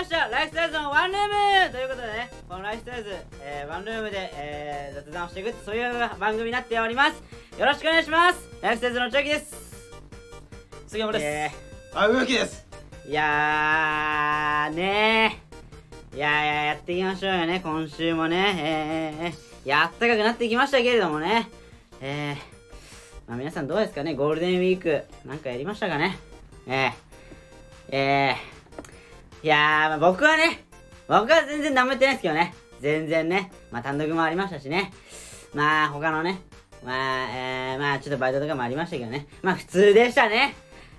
ましたライフサイズのワンルームということでね、このライフサイズ、ワンルームで、雑談をしていくそういう番組になっております。よろしくお願いします。ライフサイズのチョキです。 杉山です。 植木です。 いややっていきましょうよね。今週もね、あったかくなってきましたけれどもね、まあ、皆さんどうですかね。ゴールデンウィークなんかやりましたかね。いやまあ僕は全然何もやってないですけどね。全然ね、まあ単独もありましたしね。まあ他のね、まあちょっとバイトとかもありましたけどね。まあ普通でしたね。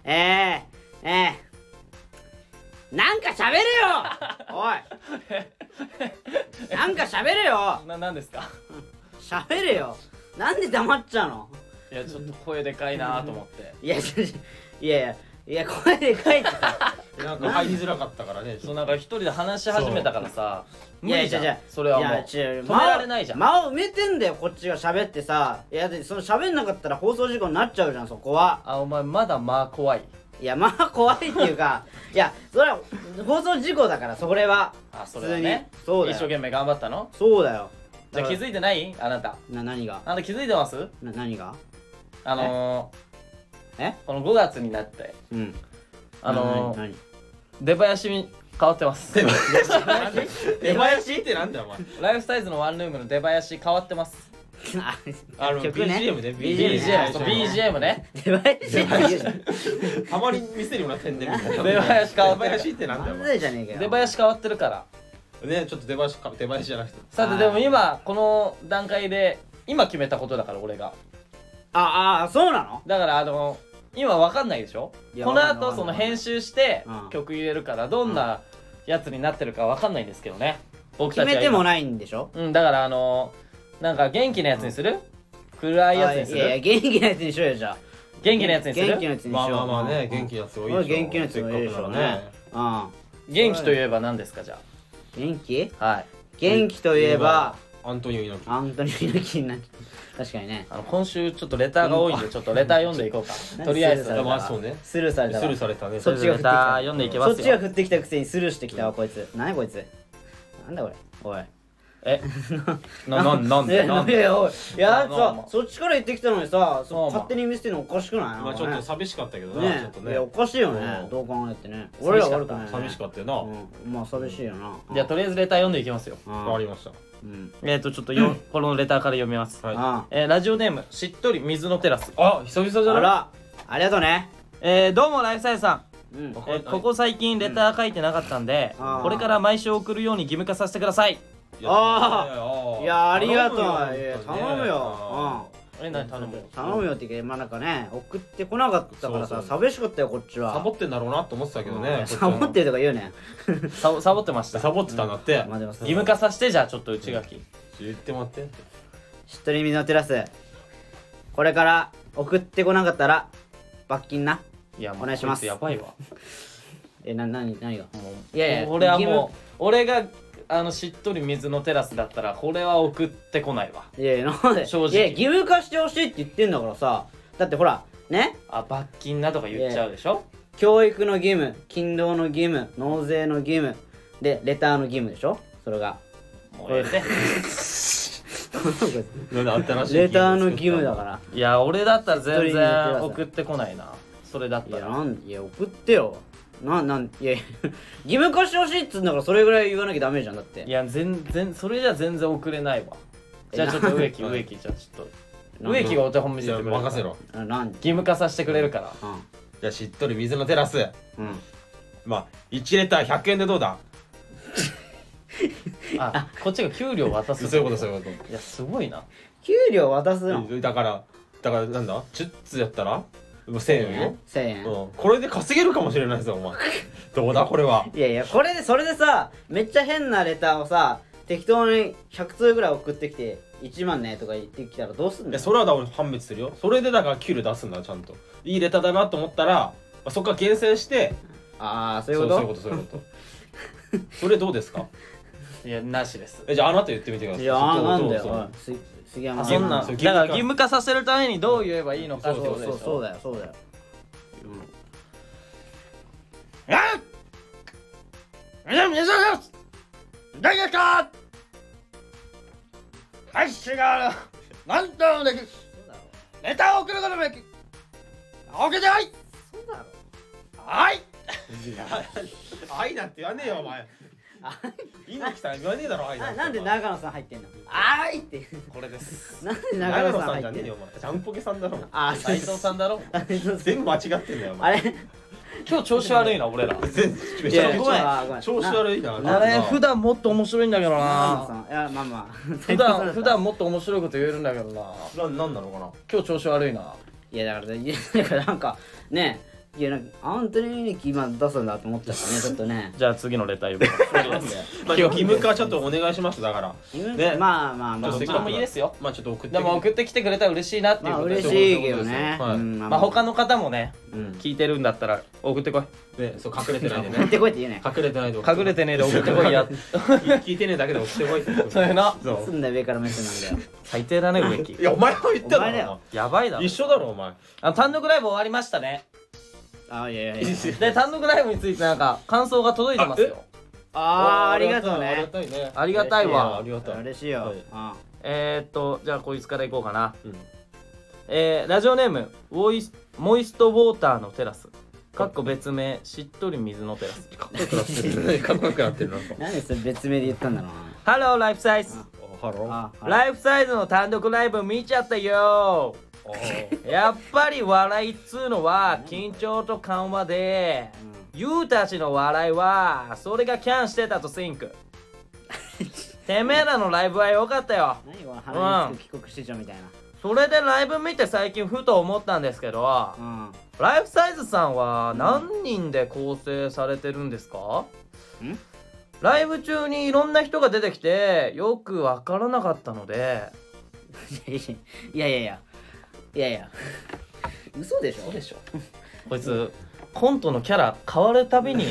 なんか喋れよおいなんか喋れよなんですか喋れよ。なんで黙っちゃうの。 いやちょっと声でかいなと思っていや声でかいってなんか入りづらかったからね。 そうなんか一人で話し始めたからさ無理じゃん。 いやそれはもう止められないじゃん。 間を埋めてんだよこっちが喋ってさ。いやその喋んなかったら放送事故になっちゃうじゃん。そこはお前まだまあ怖い。 いやまあ怖いっていうかいやそれは放送事故だからそれはそれはね。 そうだよ。 一生懸命頑張ったの。 そうだよ。 じゃあ気づいてないあなた。 何が気づいてます。 何がこの5月になって何出囃子に変わってます。 出囃子ってなんだよお前。 ライフサイズのワンルームの出囃子変わるます。 曲ね BGM ね。 BGM ね。 出囃子たまに見せるような点で見た。 出囃子変わってる。 出囃子ってなんだよお漫前。 才じゃねえかよ。 出囃子変わってるからね、ちょっと出囃子じゃなくて。 さてでも今この段階で今決めたことだから俺がそうなの。 だから今わかんないでしょ。 いやこのわかんない後その編集してうん曲入れるからどんなやつになってるかわかんないんですけどね。僕たちは決めてもないんでしょ。 だからなんか元気なやつにする。暗いやつにすいやいやる。 元気なやつにしようよ。じゃあ元気なやつにする。 元気なやつにしよう。 まあね、元気なやつ多いでしょ。 元気なやつ多いでしょうね。 元気といえば何ですかじゃ元気あ。はい。 元気といえばアントニオ猪木。 アントニオ猪木になっちゃう。確かにね。 今週ちょっとレターが多いんでちょっとレター読んでいこうか。とりあえずまあそうね。 スルーされたわ。 スルーされたね。 そっちが降ってきた。 読んでいけますよ。 そっちが降ってきたくせにスルーしてきたわこいつ。何こいつ。なんだこれ。おい。 なんでいやおい。いやまあそっちから言ってきたのにさ、 まあ勝手に見せてるのおかしくない。 まあちょっと寂しかったけどな。 ねちょっといやおね。 かしいよね。どう考えてね。俺ら悪くない。 寂しかったよな。 まあ寂しいよな。 じゃあとりあえずレター読んでいきますよ。 わかりました。 うんちょっとこのレターから読みます。 はラジオネームしっとり水のテラス。 久々じゃない。 あらありがとうね。 どうもライフサイズさん。 うんここ最近レター書いてなかったんでこれから毎週送るように義務化させてください。 いやありがとう。頼むよ。 何頼むよ。 頼むよって言うけどまあなんかね送ってこなかったからさ寂しかったよこっちは。 サボってんだろうなと思ってたけどね。 サボってるとか言うね。 サボってました。 サボってたんだって。 まあでも義務化させてじゃあちょっと内垣。 言ってもらって。 しっとり水のテラス。これから送ってこなかったら罰金な。 いやお願いします。 やばいわ。 何が。 いやいや俺はもう俺がしっとり水のテラスだったらこれは送ってこないわ。 いやいやなんで正直いや義務化してほしいって言ってんだからさ。だってほらね罰金なとか言っちゃうでしょ。 教育の義務、勤労の義務、納税の義務でレターの義務でしょ。それがもうええて。 レターの義務だから。 いや俺だったら全然送ってこないな。それだったらいや送ってよ。いや義務化してほしいっつうんだからそれぐらい言わなきゃダメじゃん。だっていや全然それじゃ全然送れないわ。じゃあちょっと植木じゃあちょっと植木がお手本見せてくれる。 任せろ。 義義務化させてくれるから。 じゃあしっとり水のテラス。 うんまあ1レター100円でどうだ。 こっちが給料渡す。 そういうこと。 いやすごいな。 給料渡すのだからなんだ10通やったら1000円よ。 1000円。 これで稼げるかもしれないぞお前。どうだこれは。 いやいやそれでさめっちゃ変なレターをさ適当に100通ぐらい送ってきて1万ねとか言ってきたらどうすんの。 それはだから判別するよ。それでだから給料出すんだちゃんと。いいレターだなと思ったらそこから厳選して。 そういうことそういうことそれどうですか。 いやなしです。 じゃああなた言ってみてください。 いやなんだよ杉山そんなだそうから義務化させるためにどう言えばいいのかってことでしょ。 そうだよ皆さん大学かはい違うなんとできネタを送ることもできオーケーじゃないそうだろはいいや愛なんて言わねえよお前猪木さん言わねえだろ愛なんてなんで長野さん入ってんのあーいってこれですなんで長長野野さんさんじゃねえ入ってんのよお前ジャンポケさんだろあ斉藤さんだろ全部間違ってんだよお前あれ今日調子悪いな俺ら全めいやごめんちゃくちゃごめん調子悪いなあれ普段もっと面白いんだけど長野さなんいやまあまあ普段もっと面白いこと言えるんだけどななんなのかな今日調子悪いないやだからなんかねいやなんかアントニオ猪木今出すんだと思ったからねちょっとねじゃあ次のレター読むまあ義務化ちょっとお願いしますだからねまあまあまあちょっとでもいいですよまあちょっと送ってでも送ってきてくれたら嬉しいなっていうまあことで嬉しいけどねはいうんまあ他の方もねうん聞いてるんだったら送ってこいねそう隠れてないでね行ってこいって言うね隠れてないで隠れてねえで送ってこいや聞いてねえだけで送ってこいってそうやなそすんだよ上から目線なんだよ最低だね植木いやお前は言ったお前だよだろやばいだろ一緒だろお前単独ライブ終わりましたねあいやいやいやで単独ライブについてなんか感想が届いてますよあーありがとうありがねたいねありがたいわありがたい嬉しいよはいあじゃあこいつからいこうかなうんラジオネームモイストウォーターのテラスかっこ別名しっとり水のテラスかっこよくなってるねかっこよくなってるなんかなんでそれ別名で言ったんだろうハローライフサイズハローなライフサイズの単独ライブ見ちゃったよやっぱり笑いっつうのは緊張と緩和でユーたちの笑いはそれがキャンしてたとシンクてめえらのライブは良かったよ何この鼻につく帰国子女みたいそれでライブ見て最近ふと思ったんですけどなライフサイズさんは何人で構成されてるんですか？ライブ中にいろんな人が出てきてよくわからなかったのでいやいやいやいやいや嘘でしょそうでしょこいつコントのキャラ変わるたびに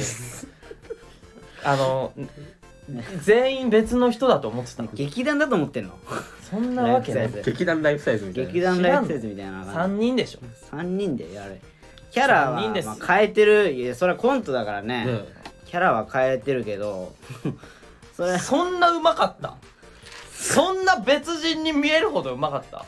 全員別の人だと思ってた劇団だと思ってんのそんなわけないライフサイズ劇団ライフサイズみたいな劇団ライフサイズみたいな 3人でしょ 3人でやるキャラは三人ですまあ変えてるいやそれはコントだからねねキャラは変えてるけどそれそんなうまかったそんな別人に見えるほどうまかった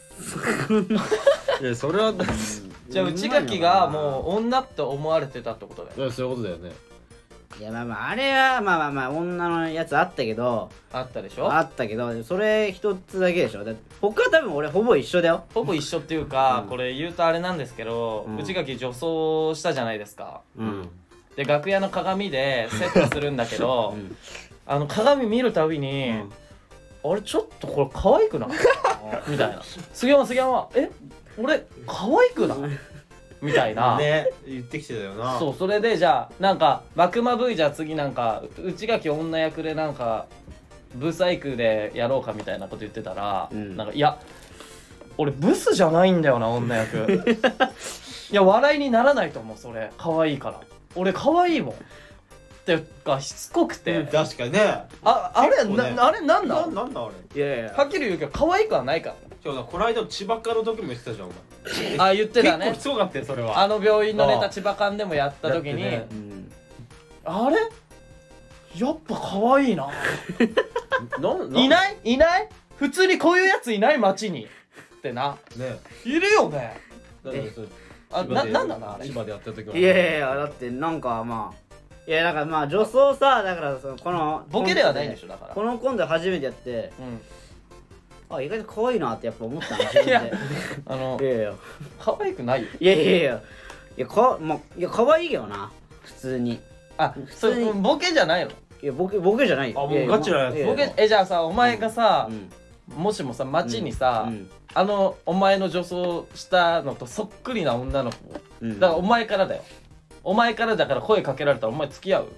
いやそれはじゃあ内垣がもう女って思われてたってことだよそういうことだよねいやまあまああれはまあまあまあ女のやつあったけどあったでしょあったけどそれ一つだけでしょだって他は多分俺ほぼ一緒だよほぼ一緒っていうか、 うんこれ言うとあれなんですけど、内垣女装したじゃないですかうんで楽屋の鏡でセットするんだけど、 うん鏡見るたびに、 うんあれちょっとこれ可愛くないみたいな杉山俺可愛くないみたいな、 ね言ってきてたよなそうそれでじゃあなんか幕間 V じゃあ次なんか内垣女役でなんかブサイクでやろうかみたいなこと言ってたら、なんかいや俺ブスじゃないんだよな女役いや笑いにならないと思うそれ可愛いから俺可愛いもんっていうかしつこくて、 確かにねあれ、 結構ねあれなんだなんだあれいやいやはっきり言うけど可愛くはないから今日この間千葉かの時も言ってたじゃんお前あ言ってたね結構すごかったよそれはあの病院のネタ千葉館でもやった時に、 やってねうんあれやっぱ可愛いないいない普通にこういうやついない街にってなねいるよねだってそれあ千葉でなんだなあれ千葉でやった時はいやいやいやだってなんかまあいやだからまあ女装さだからそのこのボケではないんでしょだからこのコント初めてやってうんあ意外と可愛いなってやっぱ思ったの自分でいやいやいや可愛くないよいやいやいやいや可愛いけどな普通にあ普通にボケじゃないのいやボケじゃないよあもういやいやガチなやついやいやボケじゃあさお前がさうんもしもさ街にさうんお前の女装したのとそっくりな女の子うんだからお前からだよお前からだから声かけられたらお前付き合う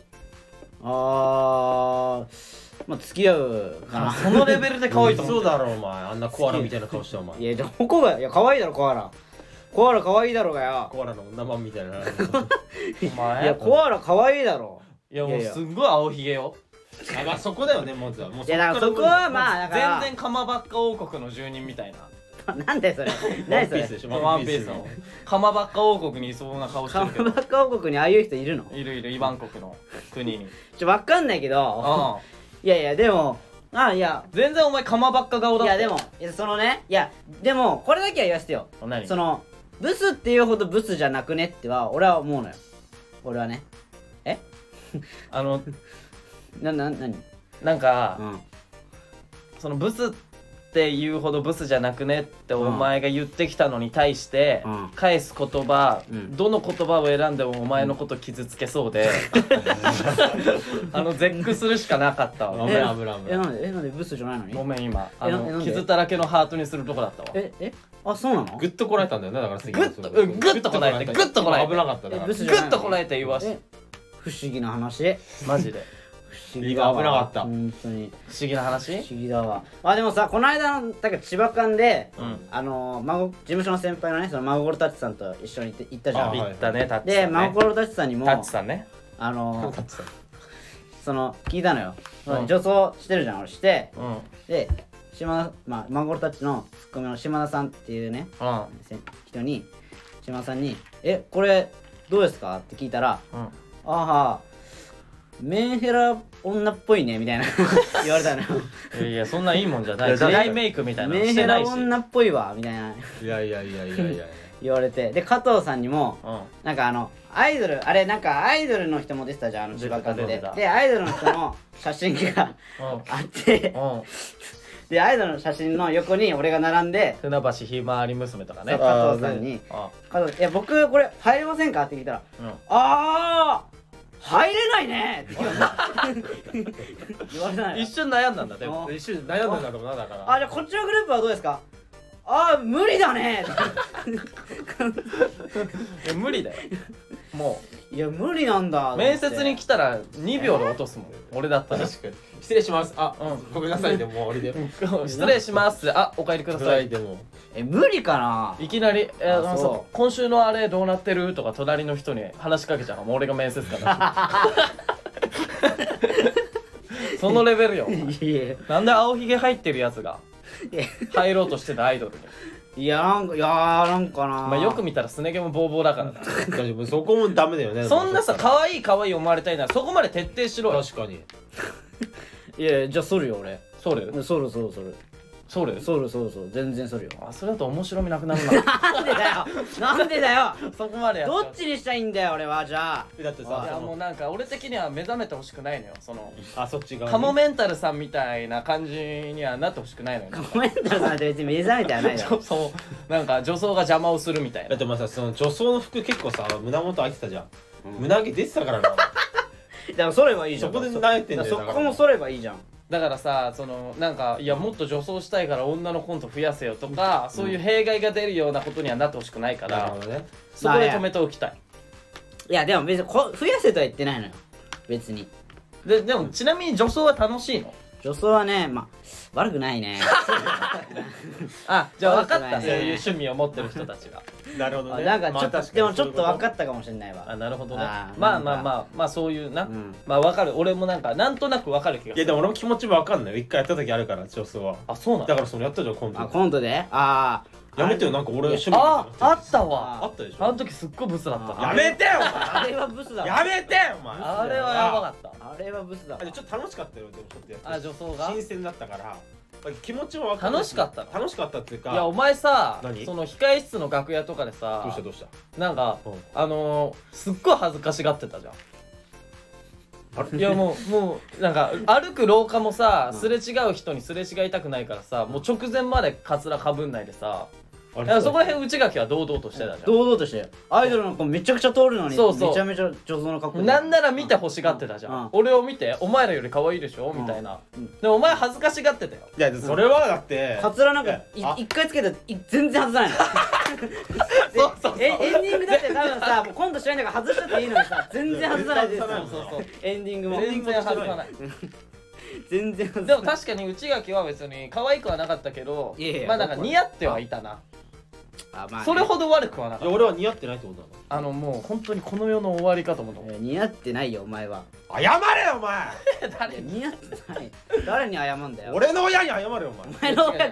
まあ付き合うかなそのレベルで可愛いと思そううだろお前あんなコアラみたいな顔してお前いやどこがいや可愛いだろコアラ可愛いだろうがよコアラの女マンみたいなお前いやコアラ可愛いだろいやもういやいやすんごい青ひげよまあそこだよねまずはもういやだからそこはまあだから全然鎌ばっか王国の住人みたいななんだよそれ何それワンピースでしょワンピースのカマバッカ王国にいそうな顔してカるけどマバッカ王国にああいう人いるの？ いるいるイバン国の国にわかんないけどいやいやでもいや全然お前カマバッカ顔だったいやでもそのねいやでもこれだけは言わせてよ。 何そのブスっていうほどブスじゃなくねっては俺は思うのよ。俺はね何なんか、 うんそのブスっていうほどブスじゃなくねってお前が言ってきたのに対して、 うん返す言葉、 うんどの言葉を選んでもお前のこと傷つけそうで、絶句するしかなかったわ。 危ない危ない危ないなんでブスじゃないのに？ ごめん今なんで傷だらけのハートにするとこだったわ。 あそうなの？ グッとこらえたんだよねだから次グッとこらえてグッとこらえて危なかっただからブスじゃないの？ グッとこらえて言わし不思議な話。 マジで不思議だわ。 危なかった本当に不思議な話。 不思議だわ。でもさこの間のだから千葉館でうん事務所の先輩のねその真心タッチさんと一緒に行ったじゃん。 はい言ったねタッチでさんね。 真心タッチさんにもタッチさんね。 その聞いたのよ。 うん女装してるじゃん俺してうんで真心タッチのツッコミの島田さんっていうね人に島田さんにこれどうですかって聞いたらうんメンヘラ女っぽいねみたいな言われたのよ。 いやそんないいもんじゃない。 いや時代メイクみたいなのメンヘラしてないし。 女っぽいわみたいないやいやいやいやいや言われてで加藤さんにもうんなんかアイドルあれなんかアイドルの人も出てたじゃん千葉館で出てたでアイドルの人の写真があってうんでアイドルの写真の横に俺が並んで船橋ひまわり娘とかね。 そう加藤さんにあ 「加藤いや僕これ入れませんか?」って聞いたらうん入れないねって言われたのよ。 一瞬悩んだんだでも。 一瞬悩んだんだろうなだからじゃあこっちのグループはどうですか？無理だねいや無理だよ。もいや無理なんだと思うって面接に来たら2秒で落とすもん。俺だったら。 確かに失礼しますうんごめんなさいでも終わりで失礼します。お帰りくだぐさい。 らいでも無理かないきなりそうそう今週のあれどうなってるとか隣の人に話しかけちゃうのもう俺が面接官だしそのレベルよ。 いやなんで青ひげ入ってるやつがいや入ろうとしてたアイドルに。 なんかなまあよく見たらすね毛もボーボーだからな。 大丈夫そこもダメだよねそんなさ可愛い可愛い思われたいならそこまで徹底しろよ。 確かにいやじゃあ剃るよ俺それ剃る全然剃るよそれだと面白みなくなるな。 なんでだよそこまでやっちゃうどっちにしたいんだよ俺はじゃあだっていやもうなんか俺的には目覚めてほしくないのよ。そのそっち側カモメンタルさんみたいな感じにはなってほしくないのよ。 コメントさんって別に目覚めてはないだろそうなんか女装が邪魔をするみたいな。 だってまあさその女装の服結構さ胸元開いてたじゃんうん胸毛出てたからなだから剃ればいいじゃんそこで慣れてんだよそだからこも剃ればいいじゃんだからさそのなんかいやもっと女装したいから女のコント増やせよとか、そういう弊害が出るようなことにはなってほしくないから、 なるほどねそこで止めておきたい。 いやでも別に増やせとは言ってないのよ別にでもちなみに女装は楽しいの？ 女装はね悪くないねじゃあ分かった、 悪くないねそういう趣味を持ってる人たちが。 なるほどねなんかちょっとでもちょっと分かっったかもしれないわなるほどね。 あーまあなんかまあそういうな、 うんまあ分かる。俺もなんかなんとなく分かる気がする。 いやでも俺も気持ちも分かんないよ一回やった時あるから女装はそうなの？ だからそのやったじゃんコントコントでやめてよなんか俺趣味あったわ。 あったでしょあの時すっごいブスだったな。 やめてよおあれはブスだ前わやめてよお前あれはやばかった。 あれはブスだわちょっと楽しかったよでもちょっとやって女装が新鮮だったから気持ちも分かる楽しかったの？ 楽しかったっていうかいやお前さ何その控室の楽屋とかでさどうしたどうしたなんかうんすっごい恥ずかしがってたじゃん。 あれいやもうなんか歩く廊下もさ、 うんすれ違う人にすれ違いたくないからさもう直前までカツラかぶんないでさあれいやそこら辺内垣は堂々としてたじゃん。 堂々としてアイドルの子めちゃくちゃ通るのにそうそうめちゃめちゃ女装の格好でなんなら見て欲しがってたじゃん、 うん俺を見てお前らより可愛いでしょみたいな、 うんでもお前恥ずかしがってたよ。 いやそれはだってカツラなんかあ一回つけたら全然外さないのそうそうそうエンディングだって多分さもうコントしないんだから外しちゃっていいのにさ全然外さないで全然外そうそうエンディングも全然外さない。 全然外さないでも確かに内垣は別に可愛くはなかったけどいやいやまあなんか似合ってはいたな。 まあねそれほど悪くはなかっいや俺は似合ってないってことなのた。もう本当にこの世の終わりかと思った。 似合ってないよお前は謝れよお前いや似合ってない誰に謝んだよ俺の親に謝れよお前お前の親かよ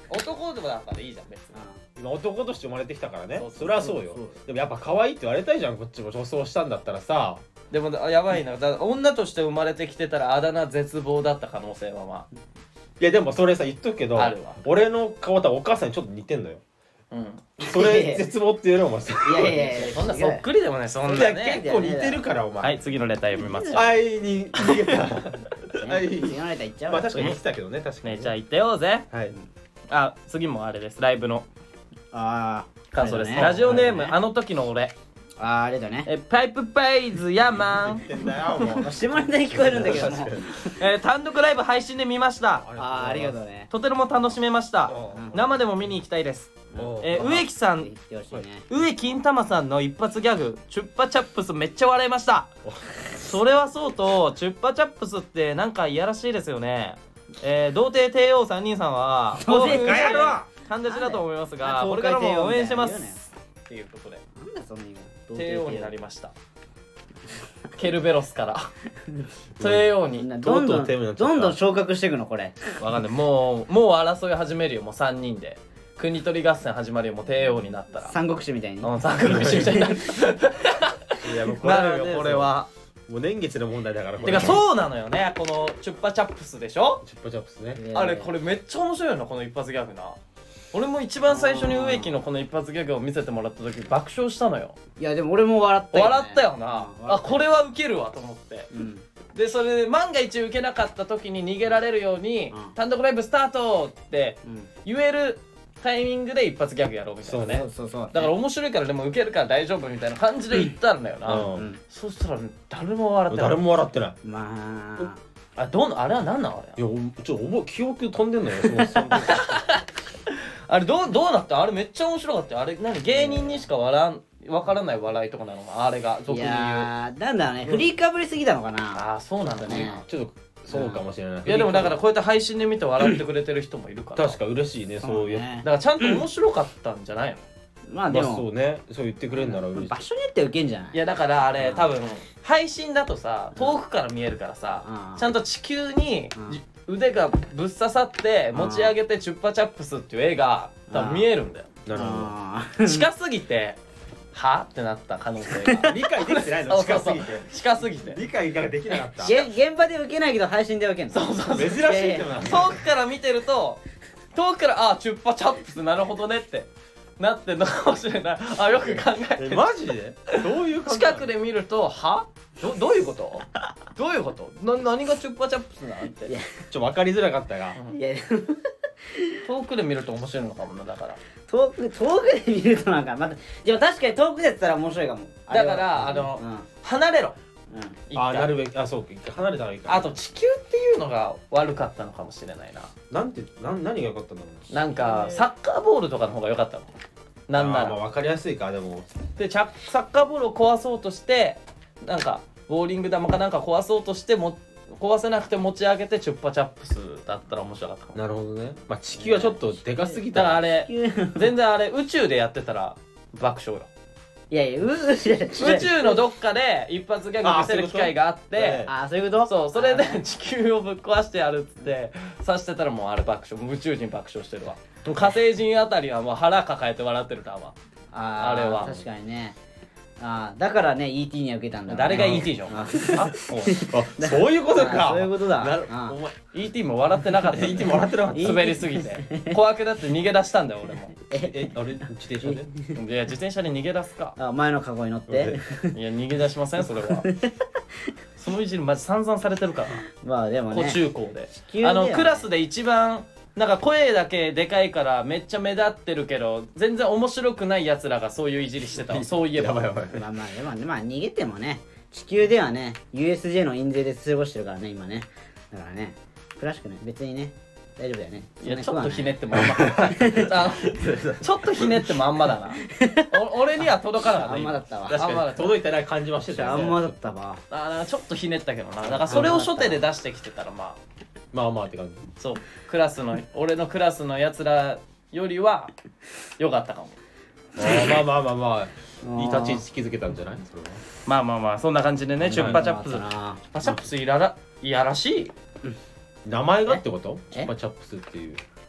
男とかだからいいじゃん別に。 今男として生まれてきたからね。 そうそうそれはそうよ。でもやっぱ可愛いって言われたいじゃん、こっちも女装したんだったらさ。 でもやばいな、だから女として生まれてきてたらあだ名絶望だった可能性はまあ。 いやでもそれさ言っとくけど、 あるわ俺の顔とお母さんにちょっと似てんのよ。 うんそれ絶望っていうのもさ。 いやいやいやそんなそっくりでもね、そんいやなね。 結構似てるからお前。 はい次のレター読みますよ。 はいに逃げた。はい次のレターいっちゃうまあ確かに似てたけどね、確かにねじゃあ行ってようぜ。 はい。 あ次もあれです、ライブのあ感想です。 あれだねラジオネームあれだねあの時の俺。 あれだねパイプペイズヤーマン。 言ってんだよもう。 下ネタに聞こえるんだけども確かに単独ライブ配信で見ました。 ありがとうねとても楽しめました。 うん生でも見に行きたいです。植木さん、 言ってほしいね植木金玉さんの一発ギャグチュッパチャップスめっちゃ笑いました。それはそうとチュッパチャップスってなんかいやらしいですよね。童貞帝王3人さんは童貞かよ感じだと思いますが、 なんでこれからも応援してます東海帝王みたいなの言うなよっていうことでなんだその今帝王になりました。ケルベロスから帝王にどんとうとどうテーマになっちゃったんどんどん昇格していくのこれわかんない、もう争い始めるよ。もう3人で国取り合戦始まるよ。もう帝王になったら三国志みたいに三国志みたいになるいやもうこれなるよこれは。 もう年月の問題だからこてかそうなのよね、このチュッパチャップスでしょ。 チュッパチャップスね。 あれこれめっちゃ面白いよな、この一発ギャグな。俺も一番最初に植木のこの一発ギャグを見せてもらった時爆笑したのよ。 いやでも俺も笑ったよね笑ったよな、あこれはウケるわと思って。 うんでそれで万が一受けなかった時に逃げられるように、 うん単独ライブスタートってうん言えるタイミングで一発ギャグやろうみたいなね。 そうそうだから面白いからでも受けるから大丈夫みたいな感じで言ったんだよな、 うんそしたら誰も笑ってない。 誰も笑ってない。 まああれは何なのあれ。 いやちょっと記憶飛んでんのよそのあれどうなった。あれめっちゃ面白かったよ。あれ何芸人にしかわからない笑いとかなのか、あれが俗いに言う。 やーなんだろうね振りかぶりすぎたのかなああそうなんだね。 ちょっとそうかもしれない。 いやでもだからこうやって配信で見て笑ってくれてる人もいるから確か嬉しいね、そういう。 ねだからちゃんと面白かったんじゃないの。 まあでまあそうもね、そう言ってくれるなら嬉しい。 場所によってはウケんじゃないいやだからあれ多分配信だとさ遠くから見えるからさ、 うんちゃんと地球にうん腕がぶっ刺さって持ち上げてチュッパチャップスっていう絵が多分見えるんだよ。 なるほあー近すぎてはってなった可能性がど。理解できてないの、近すぎて。 近すぎて理解ができなかった。 現場で受けないけど配信では受けんのそうそう珍しいってな。 遠くから見てると遠くからチュッパチャップスなるほどねってなってんのかもしれない。よく考えてマジでどういう感じ近くで見るとはどういうことどういうこと何がチュッパチャップスなんていや分かりづらかったが。 いや遠くで見ると面白いのかもな。だから遠くで見るとなんかまたでも確かに遠くでやってたら面白いかもだからうん離れろ一回なるべく、そうか、一回離れたらいいか。 あと地球っていうのが悪かったのかもしれないな。 何が良かったんだろう。 なんかサッカーボールとかの方が良かったのなんなら。 まあ分かりやすいか、でも。 でサッカーボールを壊そうとしてなんかボーリング玉かなんか壊そうとしても壊せなくて持ち上げてチュッパチャップスだったら面白かったかも。 なるほどね。まあ地球はちょっとでかすぎた。 だからあれ全然あれ宇宙でやってたら爆笑よ。 いやいや宇宙のどっかで一発ギャグ見せる機会があってあそういうことそうそれで地球をぶっ壊してやるっつって刺してたらもうあれ爆笑、もう宇宙人爆笑してるわ。もう火星人あたりはもう腹抱えて笑ってるだわ。あれは確かにねだからね ET には受けたんだ誰が ET じゃん。 あそういうことか。 そういうことだなるあお前 ET も笑ってなかった。 ET も笑ってなかった滑りすぎて怖くなって逃げ出したんだよ俺も。 あれ自転車でいや自転車で逃げ出すか。 前のカゴに乗っていや逃げ出しませんそれは。そのいじりマジ散々されてるからまあでも小ね中高で。 球ではねクラスで一番なんか声だけでかいからめっちゃ目立ってるけど全然面白くないやつらがそういういじりしてたわ。そういえばやばいやばい。 まあまあでもねまあ逃げてもね地球ではね USJ の印税で過ごしてるからね今ねだからねクラシックね別にね大丈夫だよねいやちょっとひねってもあんまちょっとひねってもあんまだな。俺には届かなかった。 あんまだったわ確かに届いてない感じはしてたよね。 あんまだったわちょっとひねったけどな。だからそれを初手で出してきてたらまあまあまあって感じ。 そう俺のクラスのやつらよりは良かったかも。 まあいい立ち位置築けたんじゃないそれは。 まあそんな感じでねチュッパチャップスチュッパチャップスいやらしい。 名前がってこと？ えチュッパチャップスっていう。 チュッ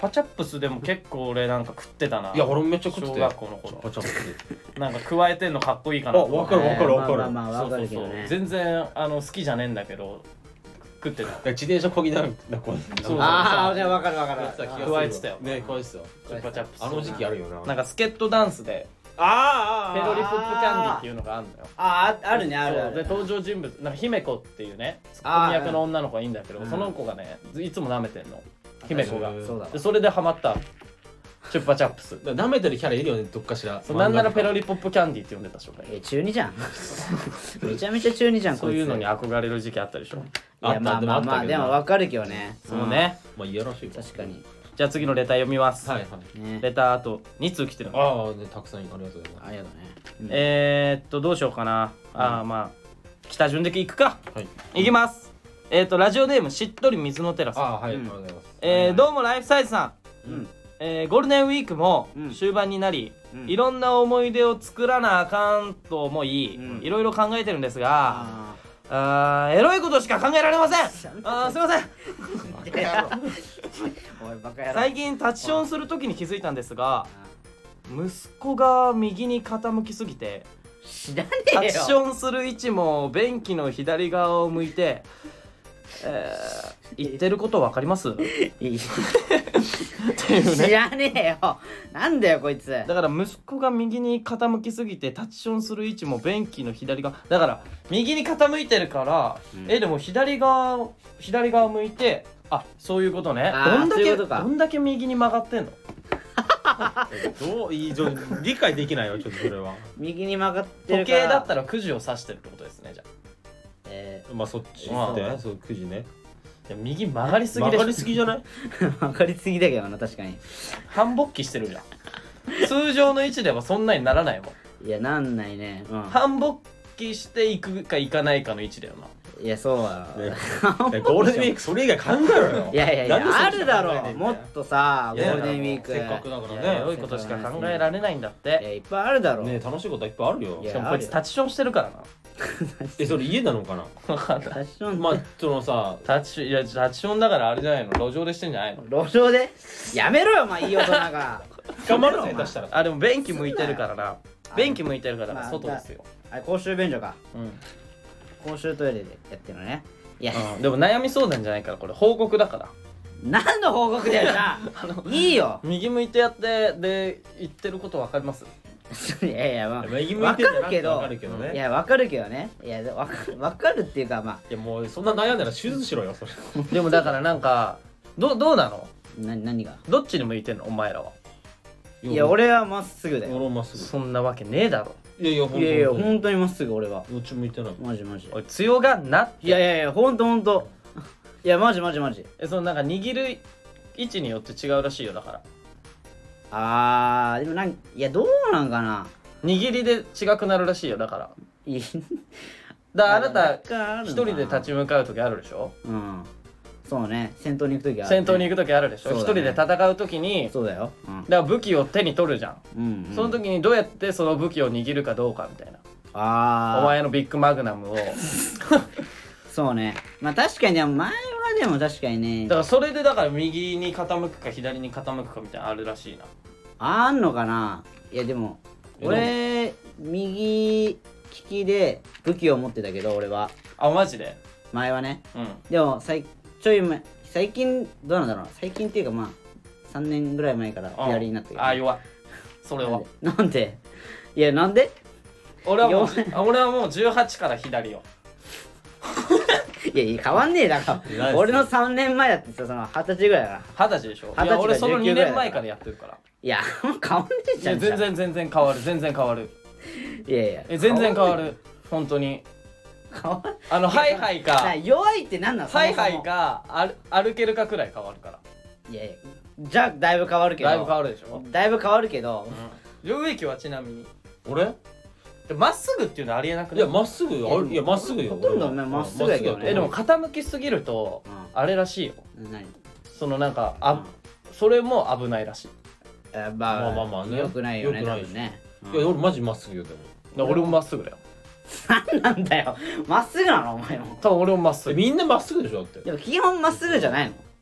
パチャップスでも結構俺なんか食ってたな。 いや俺もめっちゃ食ってたよ小学校の頃チュッパチャップスなんか加えてんのかっこいいかなと思ってあわかるわかるわかるまあわかるけどね。 全然好きじゃねえんだけど食ってた。 自転車こぎながらこうそうああ、わかるわかる。 加えてたよね加えてたよチュッパチャップス。 あの時期あるよななんか助っ人ダンスであペロリポップキャンディっていうのがあるのよ。 あるね、あるあそうでる。 登場人物なんか姫子っていうねツッコミ役の女の子がいいんだけど、 うんその子がねいつも舐めてんの姫子が。 そうだわでそれでハマったチュッパチャップス。 舐めてるキャラいるよねどっかしらそうなんならペロリポップキャンディって呼んでた紹介。 中二じゃん。めちゃめちゃ中二じゃん、 そういうのにこ憧れる時期あったでしょ。 いつ。いや、まあまあまあ、でもわかるけどね。 そうね。 まあいやらしいわ確かに。 じゃあ次のレター読みます。 はいはいね。 レターあと2通来てるの。 ああねたくさんありがとうございますありがとうね。 どうしようかな。まあ来た順でいくか。 はいいきます。ラジオネームしっとり水のテラス。 ああはいありがとうございますどうもライフサイズさん。 うん。 ゴールデンウィークもうん終盤になり、 うんいろんな思い出を作らなあかんと思い、 うんいろいろ考えてるんですが、 あエロいことしか考えられません。すいません。 おいバカ野郎。 最近タッチションするときに気づいたんですが、息子が右に傾きすぎて知らねタッえよ。 チションする位置も便器の左側を向いて、言ってることわかりますっいいていう知ね。 らねえよ。なんだよこいつ。 だから息子が右に傾きすぎてタッチションする位置も便器の左側だから右に傾いてるから、でも左側向いて、そういうことね。 あーどんだけそういうことかどんだけ右に曲がってんの。 どういい理解できないよちょっとそれは右に曲がってる時から。 計だったら9時を指してるってことですね。じゃあまあそっちまあでそう9時ねいや右曲がりすぎでしょ。 曲がりすぎじゃない曲がりすぎだけどな、確かに。 半勃起してるじゃん。通常の位置ではそんなにならないもん。 いや、なんないね。うん。 半勃起していくかいかないかの位置だよな。 いや、そうは。 ゴールデンウィークそれ以外考えろよいやいやいや、 なんでそっちあるだろう。 考えねえんだよもっとさ、ゴいやールデンウィーク。 せっかくだからいやね良いことしか考えられないんだっいや、 て。 いっぱいあるだろう。 ね楽しいことはいっぱいあるよいやしかもこいつタッチションしてるからそれ家なのかなな。わかんない。 ファッション、 まあそのさタッチションだからあれじゃないの、路上でしてんじゃないの。 路上でやめろよ、まあいい大人が。 捕まるぜ出したらでも便器向いてるからな。便器向いてるからな、外ですよ。 あれ、公衆便所か。 うん。 公衆トイレでやってるのね。いや、 でも悩み相談じゃないからこれ報告だから。 何の報告だよな。いいよ。 右向いてやってで言ってることわかります？ いやいや、まあ、 右向いわかてんだなってるけど、 わかるけどねいや、わかるけどね。いや、わかるっていうか、まいやもうそんな悩んだら手術しろよそれでもだからなんかどうなの？ あ、何がどっちに向いてんのお前らは。 いや、俺はまっすぐだよ。 俺もまっすそんなわけねえだろ。 ぐいやいやほんいやいや、 と本当にまっすぐ、俺は。 どっち向いてないマジマジ。 おい強がんなって。 いやいやいや、ほんと。いや、マジ。 そのなんか握る位置によって違うらしいよ。だからでもいや、どうなんかな。 握りで違くなるらしいよ。だからいいあなたた一人で立ち向かう時あるでしょ。 うん。そうね、戦闘に行くときは、 戦闘に行く時あるでしょ。一そうだね人で戦う時にそうだよ。うん。 だから武器を手に取るじゃん。 うん、 その時にどうやってその武器を握るかどうかみたいな。 ああ。 お前のビッグマグナムを。 そうね。まあ確かに、でも前はでも確かにねだか、らそれでだから右に傾くか左に傾くかみたいなのあるらしいな。 あんのかな。いや、でも、俺、右利きで武器を持ってたけど、俺は。 マジで。 前はね。 うん。 でも、最近、どうなんだろうな。最近っていうかまあ、3年ぐらい前から左になったけど、 弱い。それは。 なんでいや、なんで俺はもう18から左よ。 いや、変わんねえだかいやら。俺の3年前だってさ、その20歳ぐらいだから。 20歳でしょ。 歳いや俺その 19 2年前からやってるから。 いや、変わんねえいじゃん。 や全然変わる。全然変わる。 いやいや。 全然変わる。本当に。 変わんハイハイか弱いってなんなのハイハイそもか歩けるかくらい変わるから。 そもいやいや。じゃあ、だいぶ変わるけど。 だいぶ変わるでしょ。 だいぶ変わるけど。 領域はちなみに俺まっすぐっていうのはありえなくない？ いやまっすぐよいやまっすぐよほとんどねまっすぐやけどねでも傾きすぎるとあれらしいよ。 何そのなんかそれも危ないらしい。 ままあねよくないよね、 よくない多分ね。 いや俺マジまっすぐよでも俺もまっすぐだよ。 なんなんだよ。まっすぐなのお前も。 多分俺もまっすぐ。 みんなまっすぐでしょだってでも基本まっすぐじゃないの普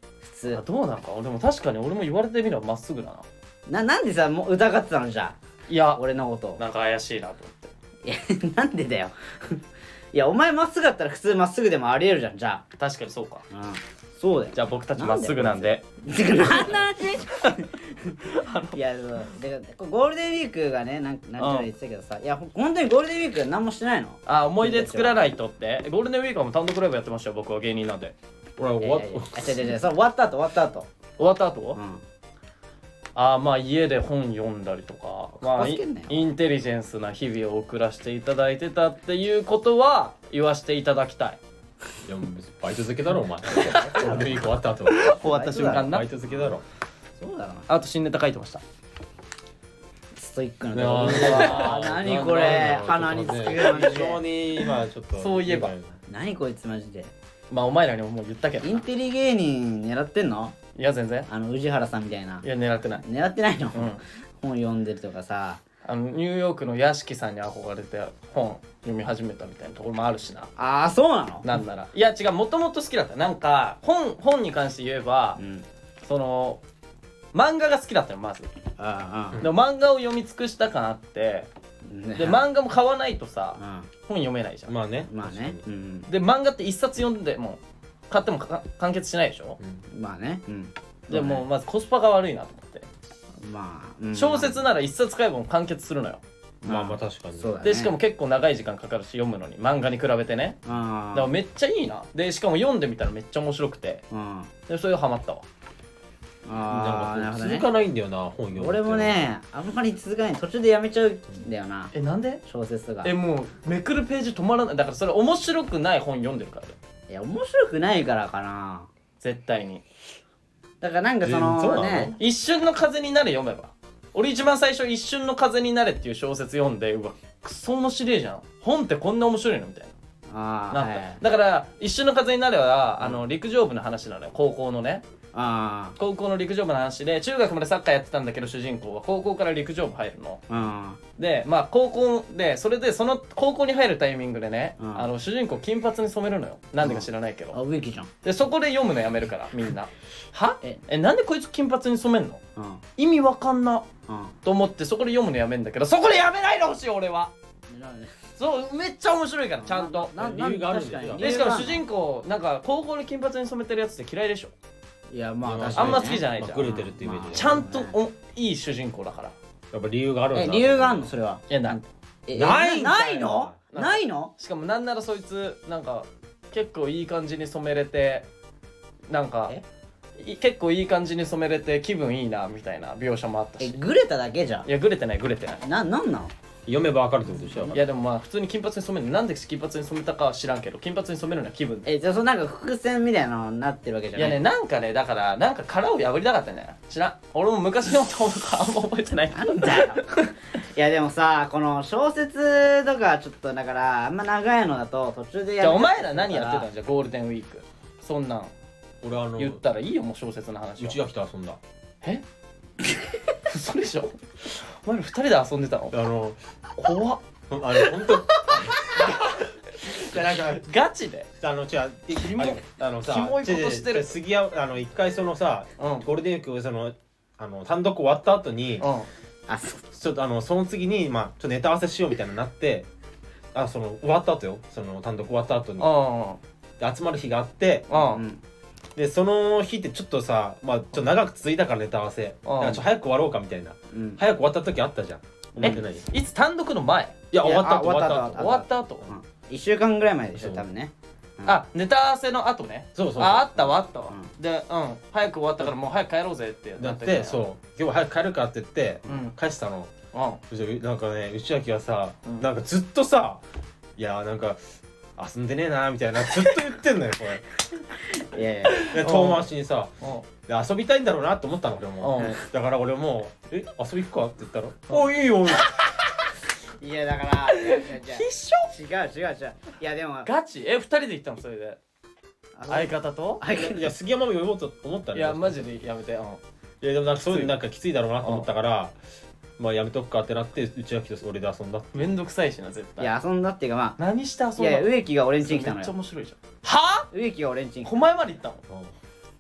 通。 どうなんか俺も確かに俺も言われてみればまっすぐだな。 なんでさ、もう疑ってたのじゃいやあ俺のこと。 なんか怪しいなと思って。 いやなんでだよいやお前まっすぐだったら普通まっすぐでもありえるじゃん。じゃ確かにそうか。 あそうだよ。 じゃあ僕たちまっすぐなんで。 てか何の話いやそうでゴールデンウィークがねなんちゃら言ってたけどさ、いや本当にゴールデンウィーク何もしてないの？ あ、思い出作らないとって。ゴールデンウィークはもう単独ライブやってましたよ。僕は芸人なんで。 俺は終わっ違うそう終わった後終わった後、 うんまあ家で本読んだりとか、まあかっこつけんなよインテリジェンスな日々を送らせていただいてたっていうことは言わせていただきたい。 いやもう別にバイト付けだろお前ゴールデンウィーク終わった後終わった瞬間なバイ。ト付けだろ。 そうだろあと新ネタ書いてました。 ストイックなね動画うわ何これ鼻につくマジ非常でに今ちょっとそういえば何こいつマジでまあお前らにももう言ったけどな。 インテリ芸人狙ってんの？ いや全然。 宇治原さんみたいないや狙ってない。 狙ってないの？ うん本読んでるとかさ。 ニューヨークの屋敷さんに憧れて本読み始めたみたいなところもあるしな。 ああそうなの？ なんならいや違う、もともと好きだった。なんか本に関して言えば、 うんその漫画が好きだったよまず。 あでも漫画を読み尽くした感あってあで漫画も買わないとさうん本読めないじゃん。 まあねまあね確かうんで漫画って一冊読んでも買っても完結しないでしょ。 にまあねうんでもうまずコスパが悪いなと思って、 まあうん小説なら一冊買えばもう完結するのよ。 まあまあ確かにそうだねでしかも結構長い時間かかるし読むのに漫画に比べてね。 あだからめっちゃいいな。でしかも読んでみたらめっちゃ面白くてあでそれがハマったわ。 ああなるほどね続かないんだよな本読むって俺もねあんまり続かない途中でやめちゃうんだよななんで？ 小説とかもうめくるページ止まらない。だからそれ面白くない本読んでるからねいや面白くないからかな絶対に。 だからなんかそそうなののね一瞬の風になれ読めば。俺一番最初一瞬の風になれっていう小説読んでうわクソ面白いじゃん本ってこんな面白いのみたいななった、 ああはいだから一瞬の風になれは陸上部の話なのよ。高校のねあ高校の陸上部の話で中学までサッカーやってたんだけど主人公は高校から陸上部入るのあでまあ高校でそれでその高校に入るタイミングでね、 うん主人公金髪に染めるのよ。なんでか知らないけど、 あ植木じゃんでそこで読むのやめるからみんなはなんでこいつ金髪に染めんのうん意味わかんなうんと思ってそこで読むのやめんだけどそこでやめないでほしい俺は。そうめっちゃ面白いからちゃんと。 理由があるんだよ確かにでしかも主人公なんか高校で金髪に染めてるやつって嫌いでしょ。 いやまあいや確かにねあんま好きじゃないじゃん。 グレてるってイメージちゃんといい主人公だから。 やっぱ理由があるんだ理由があるのそれはいやないないんかないいのなんかないのしかもなんならそいつなんか結構いい感じに染めれてなんか結構いい感じに染めれて気分いいなみたいな描写もあったし。 グレただけじゃいやグレてないグレてない。 なんなの読めばわかるってことでしょいやでもまあ普通に金髪に染めるのなんで金髪に染めたかは知らんけど金髪に染めるのは気分で。 じゃあそのなんか伏線みたいなのになってるわけじゃないいやねなんかねだからなんか殻を破りたかったんだよ。知らん俺も昔の男かあんま覚えてない。 なんだよいやでもさこの小説とかちょっとだからあんま長いのだと途中でじゃあお前ら何やってたんじゃゴールデンウィーク。そんなん俺言ったらいいよもう小説の話は。 内垣と遊んだえ嘘でしょお前ら2人で遊んでたの怖っ。 本当じゃなんかガチで違うキモさキモいことしてる違う杉山一回そのさうんゴールデンウィークその単独終わった後にあちょっとその次にまあちょっとネタ合わせしようみたいになってその終わった後よその単独終わった後にで集まる日があってでその日ってちょっとさまあちょっと長く続いたからネタ合わせだからちょっと早く終わろうかみたいなうん早く終わった時あったじゃん覚えてないいつ単独の前いや終わった後いや終わった後終わった後 1週間ぐらい前でしょそう多分ねネタ合わせの後ね。 そうそうあったわあったわうで早く終わったからもう早く帰ろうぜってだってそう今日は早く帰るかって言ってうん返したのうんそしてなんかね内垣はさうんなんかずっとさいやなんか遊んでねえなみたいなずっと言ってんのよこれいやいやで遠回しにさうんで遊びたいんだろうなと思ったの俺もうんだから俺も遊び行くかって言ったらおいいよいやだから必勝違ういやでもガチ2人で行ったのそれで相方といや杉山も呼ぼうと思ったのいやマジでやめていやでもなんかそういうのなんかきついだろうなと思ったからまあやめとくかってなって内垣と俺で遊んだめんどくさいしな絶対いや遊んだっていうかま何して遊んだのあいや植木が俺ん家に来たのめっちゃよ面白いじゃんは植木が俺ん家に来たお前まで行ったの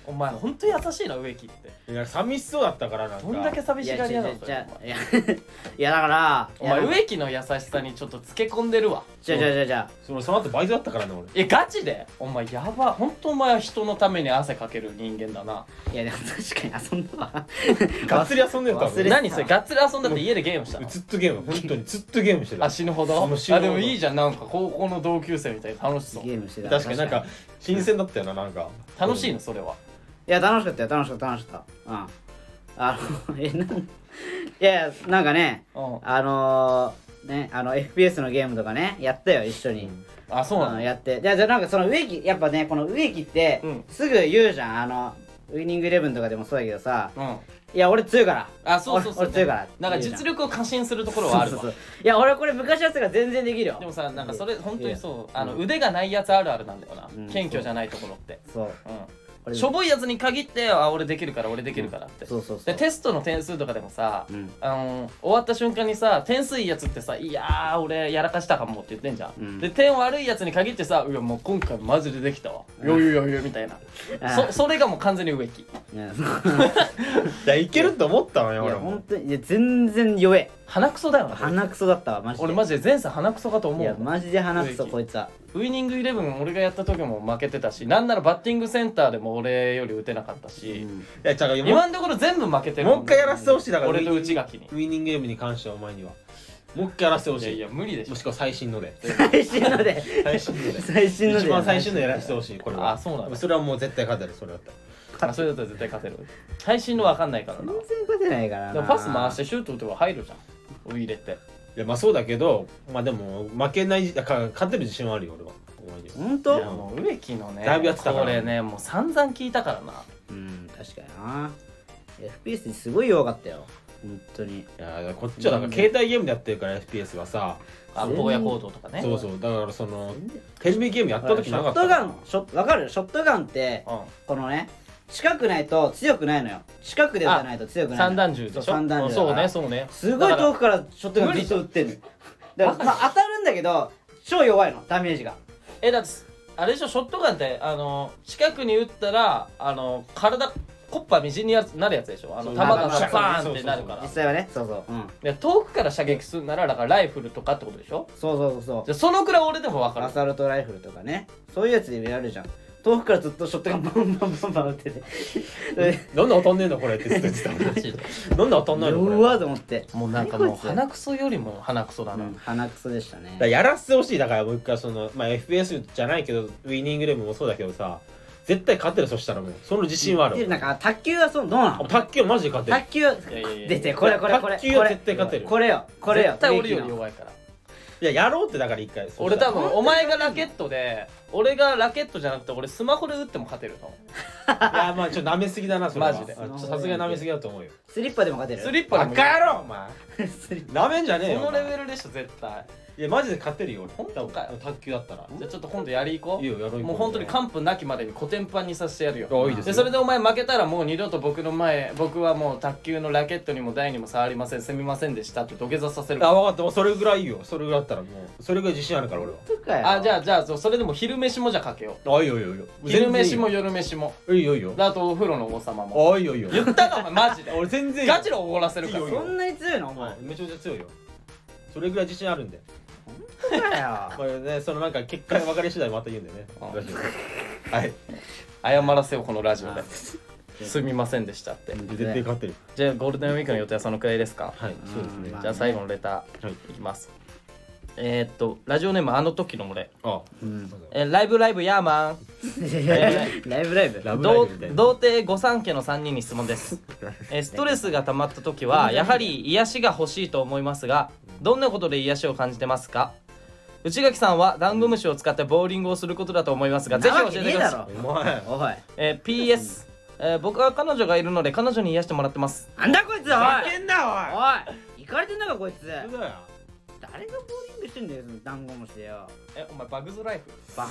お前ほんと優しいな植木っていや寂しそうだったからなんかどんだけ寂しがり屋なのそれいやだからお前植木の優しさにちょっとつけ込んでるわじゃその後バイトだったからね俺ガチでお前やばほんとお前は人のために汗かける人間だないやでも確かに遊んだわがっつり遊んでる多分忘れて何それがっつり遊んだって家でゲームしたのずっとゲーム本当にずっとゲームしてるあ死ぬほどもう死ぬほどあでもいいじゃんなんか高校の同級生みたいで楽しそうゲームしてた確かになんか新鮮だったよななんか楽しいのそれはいや楽しかったよ楽しかったうんいやなんかねFPS のゲームとかねやったよ一緒に、 あそうなのやってじゃあなんかその植木やっぱねこの植木ってうんすぐ言うじゃんウイニングイレブンとかでもそうだけどさうんいや俺強いからあそうそうそう俺強いからなんか実力を過信するところはあるわそういや俺これ昔やってたから全然できるよでもさなんかそれ本当にそううん腕がないやつあるあるなんだよなうん謙虚じゃないところってそううんこれしょぼいやつに限って俺できるからってそうでテストの点数とかでもさうん終わった瞬間にさ点数いいやつってさいやー俺やらかしたかもって言ってんじゃん、 うんで点悪いやつに限ってさいやもう今回マジでできたわ余裕余裕みたいなあそれがもう完全に植木いやいやいけると思ったのいやよ俺も本当にいや全然弱え鼻くそだよな鼻くそだったわマジで俺マジで前世鼻くそかと思いうやマジで鼻くそ植木こいつはウイニングイレブン俺がやった時も負けてたしなんならバッティングセンターでも俺より打てなかったし、 いやちゃう今のところ全部負けてるもう一回やらせてほしいだから俺と内垣にウイニングゲームに関してはお前にはもう一回やらせてほしいいやいや無理でしょもしくは最新ので最新ので最新ので最新ので一番最新のやらせてほしいこれはあそうなんだそれはもう絶対勝てるそれだったらそれだったら絶対勝てる最新の分かんないからな全然勝てないからなでもパス回してシュート打てば入るじゃんお入れていやまあそうだけどまあでも負けない勝てる自信はあるよ俺はお前には本いや当もう植木のねだいぶやってたからこれねもう散々聞いたからなうん確かにな FPS すごい弱かったよ本当にいやこっちはだから携帯ゲームでやってるから FPS はさ荒野行動とかねそうそうだからそのテレビゲームやった時シなかったョットガンわかるショットガンってうんこのね近くないと強くないのよ近くで撃たないと強くないの散弾銃でしょそう散弾銃だそうからねそうねすごい遠くからショットガンずっと撃ってんのだからまあ当たるんだけど超弱いのダメージがだってあれでしょショットガンって近くに撃ったら体コッパみじんになるやつでしょそう弾がまあまあバーンってなるから実際はねそうそうで遠くから射撃するならだからライフルとかってことでしょそうじゃあそのくらい俺でも分かるアサルトライフルとかねそういうやつでやるじゃん遠くからずっとショットガンバンバンバンバン撃っててなんで当たんねえんだこれってずっと言ってたもんマジでなんで当たんないのこれうわと思ってもうなんかもう何こいつ鼻くそよりも鼻くそだな、 鼻くそでしただからねやらせてほしいだからもう一回そのまあ FPS じゃないけどウイニングレブンもそうだけどさ絶対勝てるそしたらもうその自信はあるなんか卓球はどうなの卓球マジで勝てる卓球いやいや出てこれ卓球は絶対勝てるこれよ絶対俺より弱いからいややろうってだから一回俺多分お前がラケットで俺がラケットじゃなくて俺スマホで打っても勝てると思ういやまあちょっと舐めすぎだなそれはマジでちょっとさすがに舐めすぎだと思うよスリッパでも勝てるスリッパでもバカ野郎お前スリッ舐めんじゃねえよそのレお前ベルでしょ絶対いやマジで勝てるよ俺本当かよ多分卓球だったらじゃあちょっと今度やり行こういいよやろうもう本当に完膚なきまでにコテンパンにさせてやるよあいいですよそれでお前負けたらもう二度と僕はもう卓球のラケットにも台にも触りませんすみませんでしたって土下座させるあ分かったもうそれぐらいいいよそれぐらいだったらもうそれぐらい自信あるから俺はパとかよじゃあそれでも昼飯もじゃあかけよあいいよいいよいいよう昼飯もい夜飯もいよいいよであとお風呂の王様もあいいよいいよ言ったかお前マジで俺全然いいよガチでおごらせるからいいよそんなに強いのお前めちゃめちゃ強いよそれぐらい自信あるんでだよまあねそのなんか結果分かり次第また言うんだよねあラジオではい謝らせようこのラジオですみませんでしたって絶対勝ってるじゃあゴールデンウィークの予定はそのくらいですかはいそうですねまあじゃあ最後のレタはいーいきますラジオネームあの時の俺あうんライブヤーマンライブラブライブみたいな童貞御三家の3人に質問ですストレスが溜まった時はやはり癒しが欲しいと思いますがどんなことで癒しを感じてますか内垣さんはダンゴムシを使ってボーリングをすることだと思いますがぜひ教えてくださいお前おい PS、僕は彼女がいるので彼女に癒してもらってますなんだこいつおい叫んなおい行かれてんのかこいつおいそうだよ誰がボーリングしてんだよそのダンゴムシでよお前バグズライフバ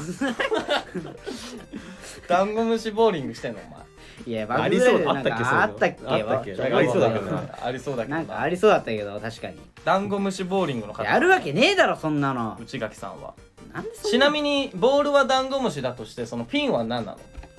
ダンゴムシボーリングしてんのお前いやバありそうなんかあったっけあったっけわありそうだけどなありそうだけどなんかありそうだったけど確かにダンゴムシボーリングの方やるわけねえだろそんなの内垣さんはなんでそんちなみにボールはダンゴムシだとしてそのピンは何なの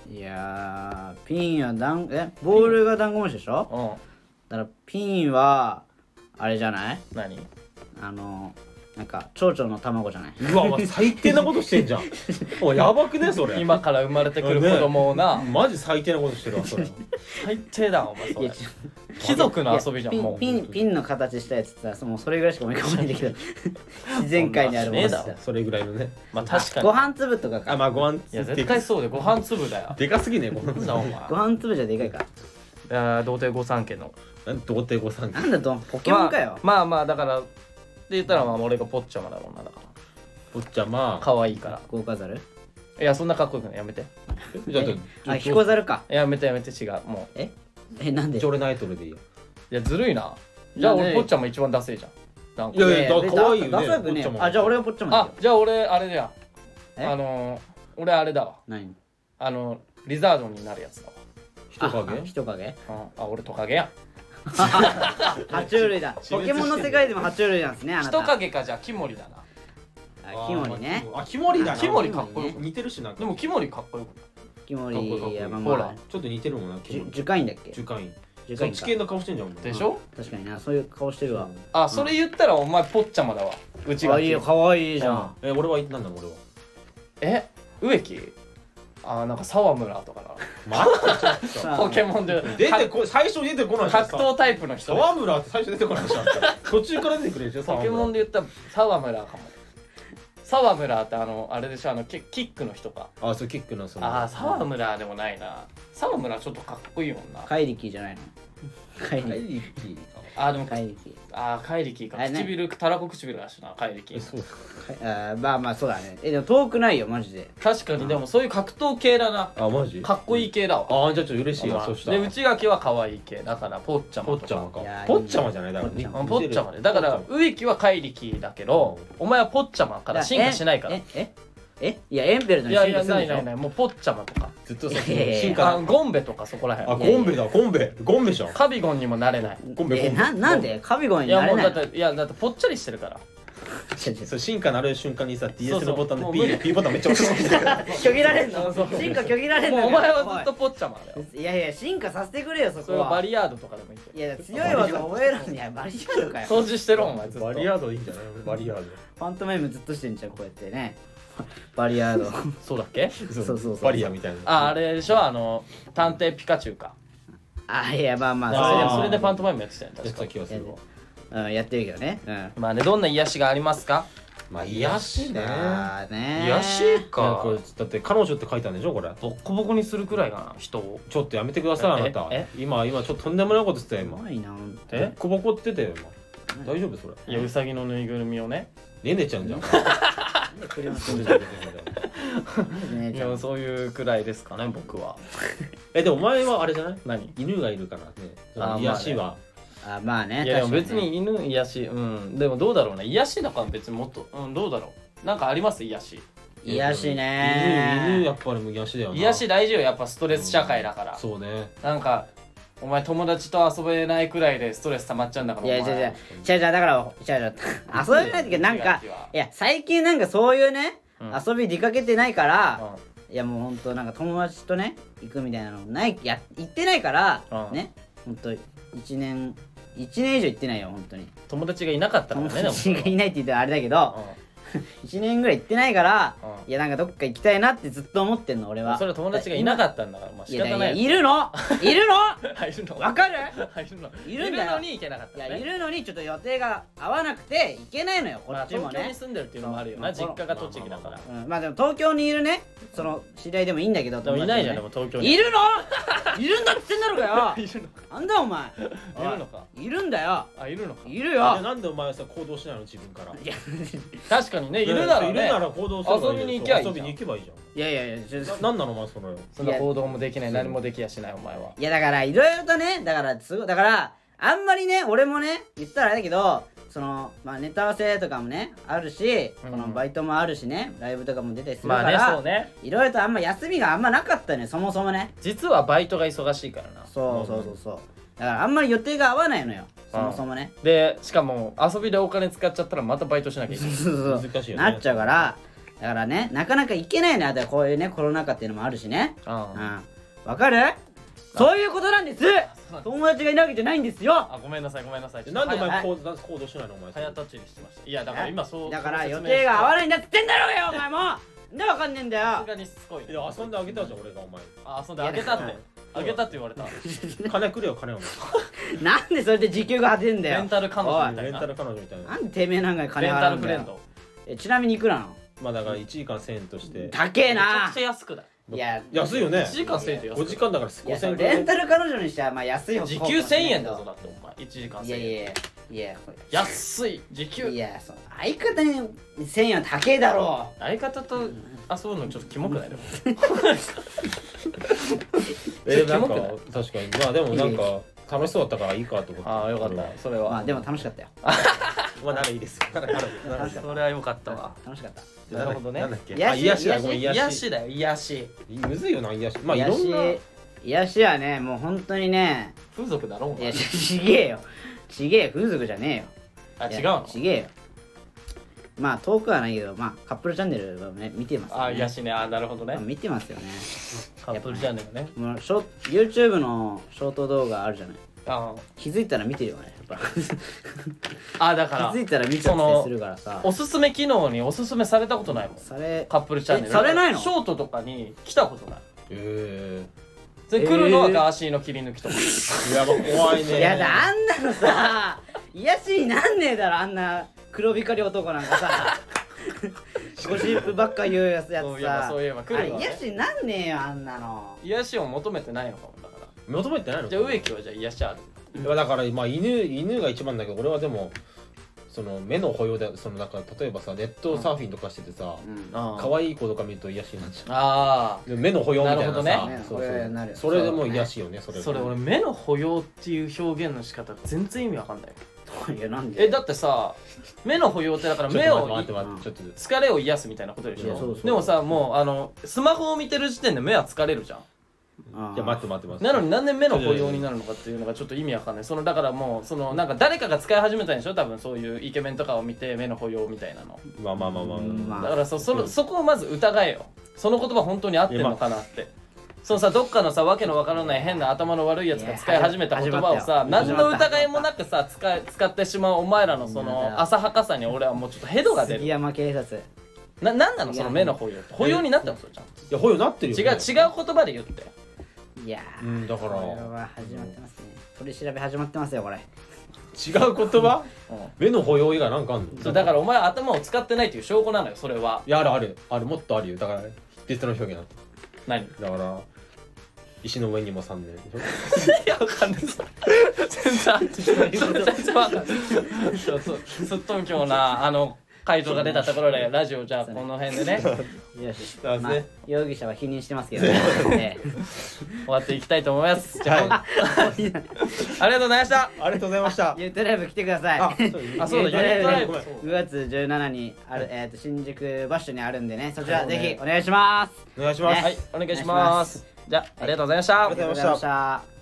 いやーピンはボールがダンゴムシでしょ。だからピンはあれじゃない？ 何？ なんか蝶々の卵じゃない？ うわお前最低なことしてんじゃんおいやばくねそれ。 今から生まれてくる子供をな、 マジ最低なことしてるわそれ。 最低だお前それいや貴族の遊びじゃんもう。 ピンの形したやつってさ、もうそれぐらいしか思い浮かばないんだけど自然界にあるものそんなのねえだそれぐらいのね。 まあ確かに。 ご飯粒とかか。 まあご飯いや絶対そうでご飯粒だよ。 でかすぎねご飯なんだお前。 ご飯粒じゃでかいか。 いや童貞御三家の。 童貞御三家。 なんだとポケモンかよ。 まあまあだからって言ったらまあ俺がポッチャマだもんな。だからおっちゃま可愛いから。 豪華ザル？ いやそんなかっこよくない、やめて。 じゃあヒコザルか。 やめて違うもなんで？ ジョレナイトルでいいよ。 う。いやずるいな。じゃあなんで俺ポッチャマ一番ダセえじゃん。なんかいやいや可愛いよねダサくねポッチャマあ、じゃあ俺がポッチャマあじゃあ俺あれだよ。 え俺あれだわ。 何？ リザードンになるやつだわ。 人影。 人影？ 俺トカゲや。 爬虫類だ。ポケモンの世界でも爬虫類なんですね、あなた。 人影かじゃあキモリだな。 キモリね。 キモリだな。 キモリかっこよく似てるしなんか。 でもキモリかっこよくない？ キモかっこいいかっこいいリやまあほらまあちょっと似てるもんな。 樹海んだっけ？ 樹海。 樹海か。 そっち系の顔してんじゃん。 でしょ？ 確かにな、そういう顔してるわ。 あそれ言ったらお前ポッチャマだわ。うちがいいよ、かわいいじゃん。 俺はなんだ俺は。 植木なんか沢村とか待ってちょっな。ポケモンでと。最初出てこない格闘タイプの人で。 沢村って最初出てこないでしょ。途中から出てくるでしょ。 ポケモンで言ったら沢村かも。沢村ってあれでしょ、キックの人か。 そうキックのその。 沢村でもないな。沢村ちょっとかっこいいもんな。 怪力じゃないの？怪力。 でも怪力。 怪力か。 あれね唇たらこ唇だしな怪力。 そうまあまあそうだね。でも遠くないよマジで。 確かにでもそういう格闘系だな。 マジ？ かっこいい系だわ。 じゃあちょっと嬉しいわ。そしたら。 で内垣は可愛い系だからポッチャマとか。 ポッチャマかいや。 ポッチャマじゃないだろ。 ポッチャマポッチャマでだから植木は怪力だけどお前はポッチャマから進化しないから。 いやエンペルのいやいやないもうポッチャマとかずっとさいやいや進化。 ゴンベとかそこらへん。 ゴンベだゴンベじゃん。 カビゴンにもなれない。 ゴンベなんでカビゴンいやもうになれないだってぽっちゃりしてるから。 そう進化なる瞬間にさ DS のボタンでもう無理 P ボタンめっちゃ押してる。 虚偽られんの進化虚偽られんのもうお前はずっとポッチャマだよ。 いやいや進化させてくれよそそれはバこはリヤードとかでもいいけいや強い技覚えろいやバリヤードかよど掃除してろお前ずっと。 バリアードいいんじゃない？バリアーファントメイムずっとしてんじゃんこうやってねバリアードそうだっけ？ ド。 そうバリアみたいな。 あれでしょ探偵ピカチュウか。 いやまあまああそれでファントマイムやってたよねやった確か。 気がするわ。 やってるけどねまあねどんな癒しがありますか？ まあ癒しね。 ね癒しいやかこれだって彼女って書いたんでしょこれ。 ボッコボコにするくらいかな人を。 ちょっとやめてくださいあなた。今ちょっととんでもないこと言ってたよ今。 うまいなほんとボッコボコって言ってたよ今。大丈夫それ？ いやウサギのぬいぐるみをね。 ねねちゃんじゃん。 クリマスねいやそういうくらいですかね僕は。 でもお前はあれじゃない？ 何？ 犬がいるからね。そのまあね癒しは。 まあねいやでも確別に犬癒しでもどうだろうね癒しだから別にもっとどうだろうなんかあります癒し。 癒しね犬やっぱりもう癒しだよな。 癒し大事よやっぱストレス社会だから。 そうね。 なんかお前友達と遊べないくらいでストレス溜まっちゃうんだから。 いやお前違うだから遊べないけどなんかいや最近なんかそういうね遊び出かけてないからいやもうほんとなんか友達とね行くみたいなのない行ってないからねほんと1年以上行ってないよほんとに友達がいなかったから友ねでも達がいないって言ったらあれだけど1年ぐらい行ってないからいやなんかどっか行きたいなってずっと思ってんの俺はそれは友達がいなかったんだからまあ仕方ないいるのいるのわかるいるのに行けなかったいやいるのにちょっと予定が合わなくて行けないのよこっちも東京にね住んでるっていうのもあるよな実家が栃木だから。 まあでも東京にいるねその知り合いでもいいんだけどでもいないじゃんで友も東京に。 達ねいるのいるんだって言ってんだろうがよいるのか。 なんだお前いるのか。 いるんだよいるのか。 いるよなんでお前はさ行動しないの自分から。 いや確かにねいるならね。 いるなら行動すればいいよ。 遊びに行きゃいいじゃん遊びに行けばいいじいやなんなのお前それ。 そんな行動もできない何もできやしないお前は。 いやだからいろいろとねだからあんまりね俺もね言ったらあれだけどそのまあネタ合わせとかもねあるしこのバイトもあるしねライブとかも出たりするかまあねそうらね。 いろいろとあんま休みがあんまなかったねそもそもね実はバイトが忙しいからな。 そうだからあんまり予定が合わないのよそもそもねでしかも遊びでお金使っちゃったらまたバイトしなきゃいけない。 そう難しいよねなっちゃうからだからねなかなか行けないのよ。だからこういうねコロナ禍っていうのもあるしね。わかる？そういうことなんです。友達がいないわけじゃないんですよ。 あ、ごめんなさいごめんなさい。 なんでお前行動しないのお前。 早とちりしてました。いやだから今そうだから予定が合わないんだって言ってんだろうがよお前も。なんでわかんねえんだよ。 さすがにしつこい。 いや遊んであげたじゃん俺がお前。 あ、遊んであげたって。あげたって言われた。 金くれよ金を。 なんでそれで時給が果てんだよ。 レンタル彼女みたいな。 レンタル彼女みたいな。 なんでてめえなんかに金レンタ払うんだよ。 ルフレンド。 ちなみにいくらなの？ まあだから1時間1000円として高えめちゃなくちゃ安くだ。 いや安いよね。 1時間1000円って安い。 5時間だからいや 5000円。 レンタル彼女にしてはまあ安いよ。 時給1000円だぞだってお前。1時間1000円。 いや安い時給。 いや相方に1000円は高えだろう。 相方と遊ぶのちょっとキモくないでも。 なんか確かにまあでもなんか楽しそうだったからいいかと思って。 ああよかったそれは。 まあでも楽しかったよ。 まあならいいですよ。 それはよかったわ。 楽しかった。 なるほどね。 なんだっけ。 癒しだごめん癒しだよ癒し。 むずいよな癒し。まあいろんな。 癒しはねもう本当にね。 風俗だろお前。 いやちげえよ。ちげえ風俗じゃねえよ。 あ違うの？ ちげえよ。まあ遠くはないけどまあカップルチャンネルはね見てますよね。 あ癒しね。あなるほどね。 見てますよね。 カップルチャンネルね。 もうYouTube のショート動画あるじゃない。 あ気づいたら見てるよねやっぱ。 あだから気づいたら見ちゃったりするからさ。 おすすめ機能におすすめされたことないもん。 それカップルチャンネルされないの？ ショートとかに来たことない。 それ来るのはガーシーの切り抜きとか。 やば怖いね。 いやだあんなのさ癒しになんねえだろあんな黒光り男なんかさゴシップばっか言うやつさそういえば来るわね。 癒しになんねえよあんなの。 癒しを求めてないのかもだから。 求めてないの？ じゃあ植木はじゃあ癒しある。 だからまあ犬が一番だけど俺はでもその目の保養でそのなんか例えばさネットサーフィンとかしててさ可愛い子とか見ると癒しになっちゃう。 ああ目の保養みたいなさ。それでも癒しよね。 それ俺目の保養っていう表現の仕方全然意味わかんない。 いやなんで？ だってさ目の保養ってだから目を疲れを癒すみたいなことでしょ。でもさもうスマホを見てる時点で目は疲れるじゃん。 いや待ってなのになんで目の保養になるのかっていうのがちょっと意味わかんない。だからもうなんか誰かが使い始めたんでしょ多分そういうイケメンとかを見て目の保養みたいなの。 まあだからそこをまず疑えよ。その言葉本当に合ってんのかなって。どっかのさわけのわからない変な頭の悪いやつが使い始めた言葉をさ何の疑いもなくさ使ってしまうお前らのその浅はかさに俺はもうちょっとヘドが出る。 杉山警察なんなのその目の保養って。保養になってますよちゃんと。 いや保養なってるよ。 違う言葉で言って。 いやだからこれは始まってますね。取り調べ始まってますよこれ。 違う言葉？目の保養以外なんかあんの？ だからお前頭を使ってないっていう証拠なのよそれは。 いやあるもっとあるよ。だから別の表現なの。 何？ だから石の上にも3年。 いやわかんない。全然わかんない。すっとんきょうな回答が出たところでラジオじゃあこの辺でね容疑者は否認してますけどね。 終わっていきたいと思います。じゃあありがとうございました。 ありがとうございました。 ユートライブ来てください。 そうだユートライブ 9月17にある新宿バッシュにあるんでねそちらぜひお願いします。 お願いします。 はいお願いします。じゃあありがとうございました。 ありがとうございました。